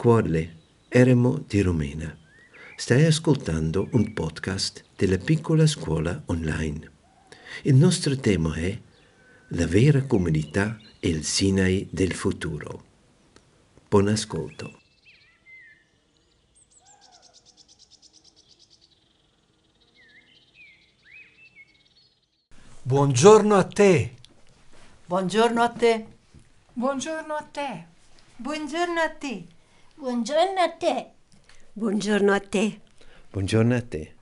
Quale Eremo di Romena. Stai ascoltando un podcast della piccola scuola online. Il nostro tema è la vera comunità e il Sinai del futuro. Buon ascolto. Buongiorno a te. Buongiorno a te. Buongiorno a te. Buongiorno a te. Buongiorno a te. Buongiorno a te. Buongiorno a te.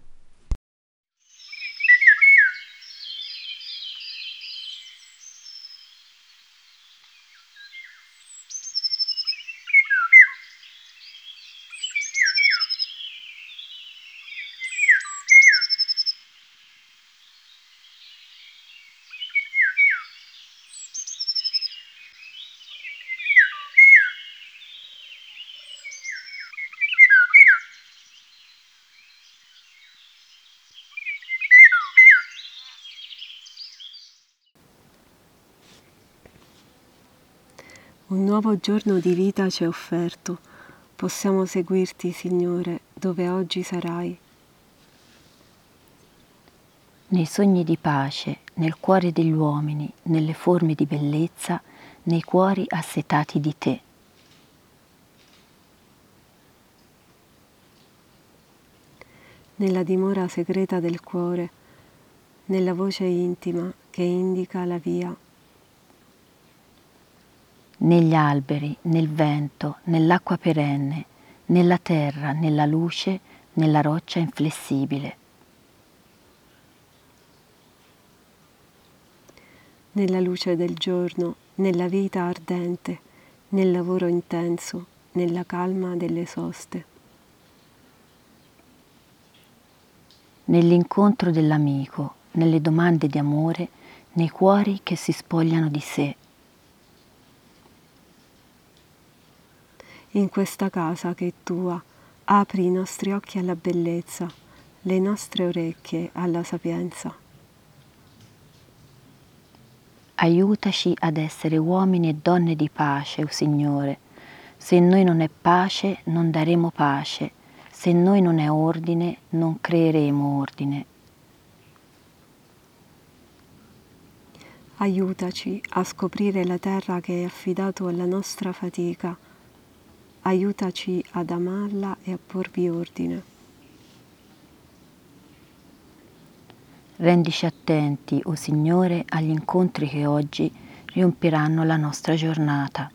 Un nuovo giorno di vita ci è offerto. Possiamo seguirti, Signore, dove oggi sarai. Nei sogni di pace, nel cuore degli uomini, nelle forme di bellezza, nei cuori assetati di te. Nella dimora segreta del cuore, nella voce intima che indica la via. Negli alberi, nel vento, nell'acqua perenne, nella terra, nella luce, nella roccia inflessibile. Nella luce del giorno, nella vita ardente, nel lavoro intenso, nella calma delle soste. Nell'incontro dell'amico, nelle domande di amore, nei cuori che si spogliano di sé. In questa casa che è tua, apri i nostri occhi alla bellezza, le nostre orecchie alla sapienza. Aiutaci ad essere uomini e donne di pace, o Signore. Se in noi non è pace, non daremo pace. Se in noi non è ordine, non creeremo ordine. Aiutaci a scoprire la terra che hai affidato alla nostra fatica. Aiutaci ad amarla e a porvi ordine. Rendici attenti, o Signore, agli incontri che oggi riempiranno la nostra giornata.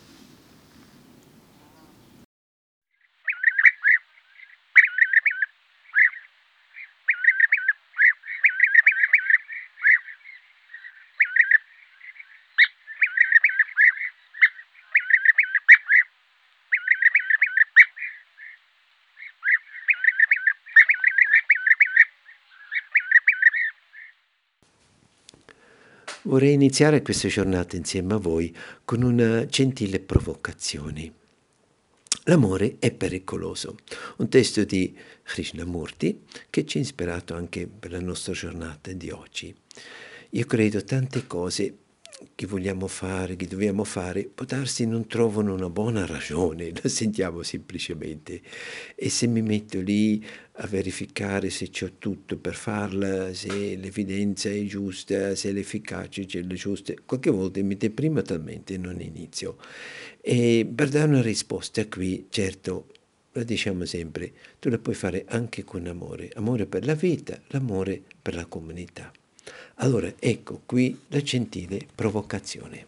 Vorrei iniziare questa giornata insieme a voi con una gentile provocazione. L'amore è pericoloso. Un testo di Krishnamurti che ci ha ispirato anche per la nostra giornata di oggi. Io credo tante cose che vogliamo fare, che dobbiamo fare, può darsi non trovano una buona ragione, la sentiamo semplicemente. E se mi metto lì a verificare se c'ho tutto per farla, se l'evidenza è giusta, se l'efficacia è giusta, qualche volta mi deprimo talmente e non inizio. E per dare una risposta qui, certo, la diciamo sempre, tu la puoi fare anche con amore, amore per la vita, l'amore per la comunità. Allora, ecco qui la gentile provocazione.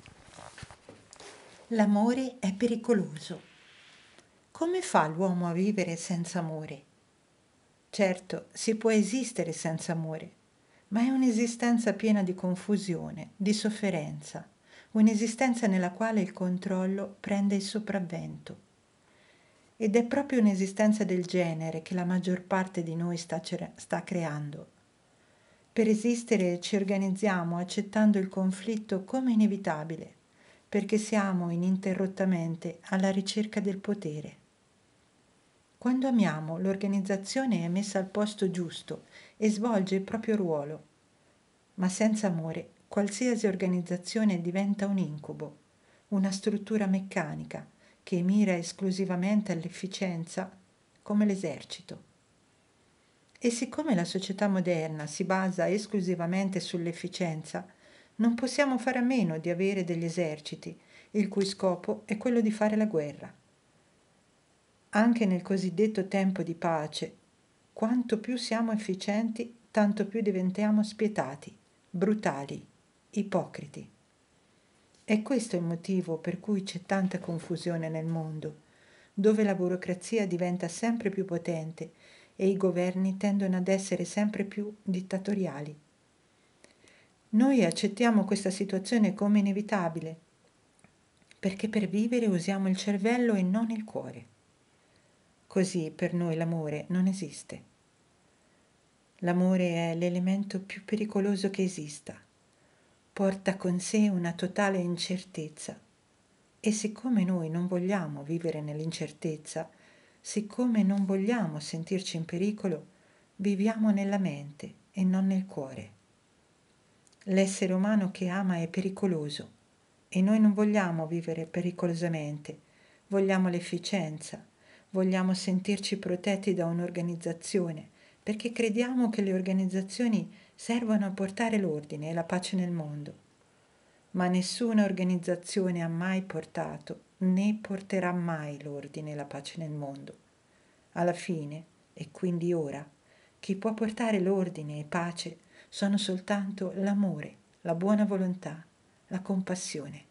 L'amore è pericoloso. Come fa l'uomo a vivere senza amore? Certo, si può esistere senza amore, ma è un'esistenza piena di confusione, di sofferenza, un'esistenza nella quale il controllo prende il sopravvento. Ed è proprio un'esistenza del genere che la maggior parte di noi sta creando. Per esistere ci organizziamo accettando il conflitto come inevitabile, perché siamo ininterrottamente alla ricerca del potere. Quando amiamo, l'organizzazione è messa al posto giusto e svolge il proprio ruolo, ma senza amore qualsiasi organizzazione diventa un incubo, una struttura meccanica che mira esclusivamente all'efficienza, come l'esercito. E siccome la società moderna si basa esclusivamente sull'efficienza, non possiamo fare a meno di avere degli eserciti, il cui scopo è quello di fare la guerra. Anche nel cosiddetto tempo di pace, quanto più siamo efficienti, tanto più diventiamo spietati, brutali, ipocriti. E questo è il motivo per cui c'è tanta confusione nel mondo, dove la burocrazia diventa sempre più potente e i governi tendono ad essere sempre più dittatoriali. Noi accettiamo questa situazione come inevitabile, perché per vivere usiamo il cervello e non il cuore. Così per noi l'amore non esiste. L'amore è l'elemento più pericoloso che esista. Porta con sé una totale incertezza. E siccome noi non vogliamo vivere nell'incertezza, siccome non vogliamo sentirci in pericolo, viviamo nella mente e non nel cuore. L'essere umano che ama è pericoloso e noi non vogliamo vivere pericolosamente, vogliamo l'efficienza, vogliamo sentirci protetti da un'organizzazione, perché crediamo che le organizzazioni servono a portare l'ordine e la pace nel mondo. Ma nessuna organizzazione ha mai portato né porterà mai l'ordine e la pace nel mondo. Alla fine, e quindi ora, chi può portare l'ordine e pace sono soltanto l'amore, la buona volontà, la compassione.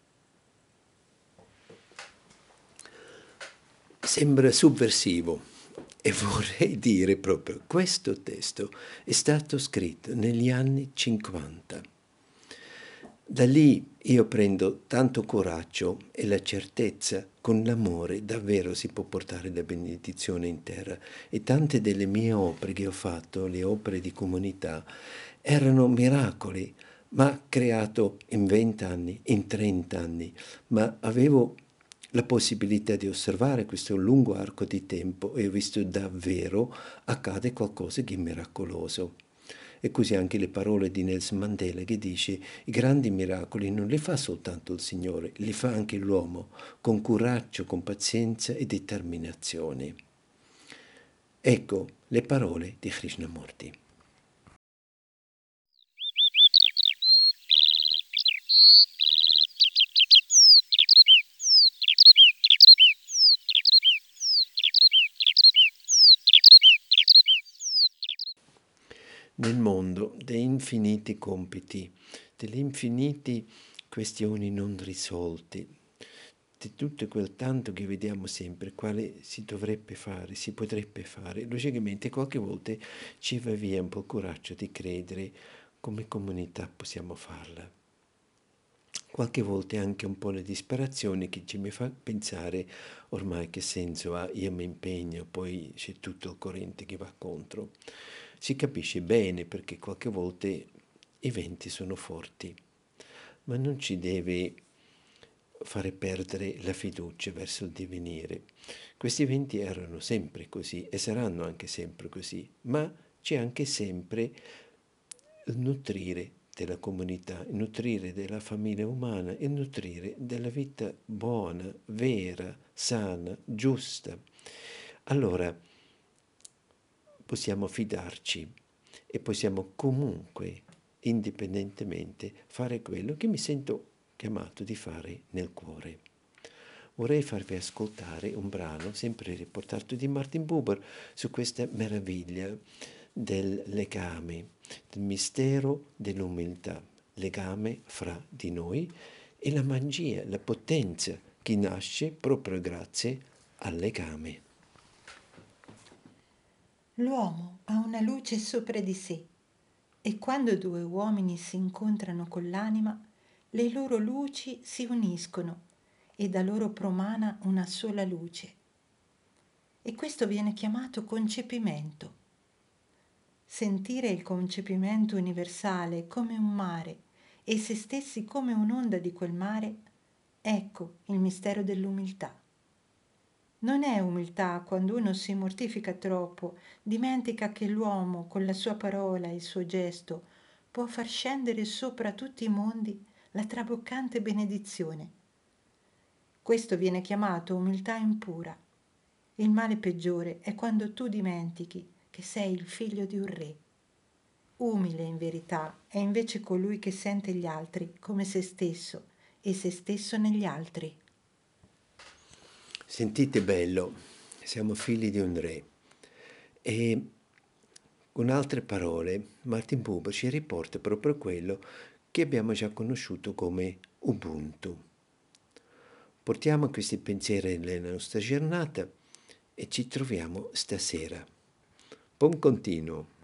Sembra sovversivo e vorrei dire proprio questo testo è stato scritto negli anni 50. Da lì io prendo tanto coraggio e la certezza con l'amore davvero si può portare la benedizione in terra e tante delle mie opere che ho fatto, le opere di comunità, erano miracoli, ma creato in 20 anni, in 30 anni, ma avevo la possibilità di osservare questo lungo arco di tempo e ho visto davvero accade qualcosa di miracoloso. E così anche le parole di Nelson Mandela che dice i grandi miracoli non li fa soltanto il Signore, li fa anche l'uomo, con coraggio, con pazienza e determinazione. Ecco le parole di Krishnamurti. Nel mondo dei infiniti compiti, delle infinite questioni non risolte, di tutto quel tanto che vediamo sempre, quale si dovrebbe fare, si potrebbe fare, logicamente qualche volta ci va via un po' il coraggio di credere come comunità possiamo farla. Qualche volta anche un po' la disperazione che ci mi fa pensare ormai che senso ha, io mi impegno, poi c'è tutto il corrente che va contro. Si capisce bene perché qualche volta i venti sono forti, ma non ci deve fare perdere la fiducia verso il divenire. Questi venti erano sempre così e saranno anche sempre così, ma c'è anche sempre il nutrire della comunità, il nutrire della famiglia umana, il nutrire della vita buona, vera, sana, giusta. Allora possiamo fidarci e possiamo comunque, indipendentemente, fare quello che mi sento chiamato di fare nel cuore. Vorrei farvi ascoltare un brano, sempre riportato di Martin Buber, su questa meraviglia del legame, del mistero dell'umiltà, legame fra di noi e la magia, la potenza che nasce proprio grazie al legame. L'uomo ha una luce sopra di sé e quando due uomini si incontrano con l'anima, le loro luci si uniscono e da loro promana una sola luce. E questo viene chiamato concepimento. Sentire il concepimento universale come un mare e se stessi come un'onda di quel mare, ecco il mistero dell'umiltà. Non è umiltà quando uno si mortifica troppo, dimentica che l'uomo con la sua parola e il suo gesto può far scendere sopra tutti i mondi la traboccante benedizione. Questo viene chiamato umiltà impura. Il male peggiore è quando tu dimentichi che sei il figlio di un re. Umile in verità è invece colui che sente gli altri come se stesso e se stesso negli altri. Sentite bello, siamo figli di un re. E con altre parole, Martin Buber ci riporta proprio quello che abbiamo già conosciuto come Ubuntu. Portiamo questi pensieri nella nostra giornata e ci troviamo stasera. Buon continuo.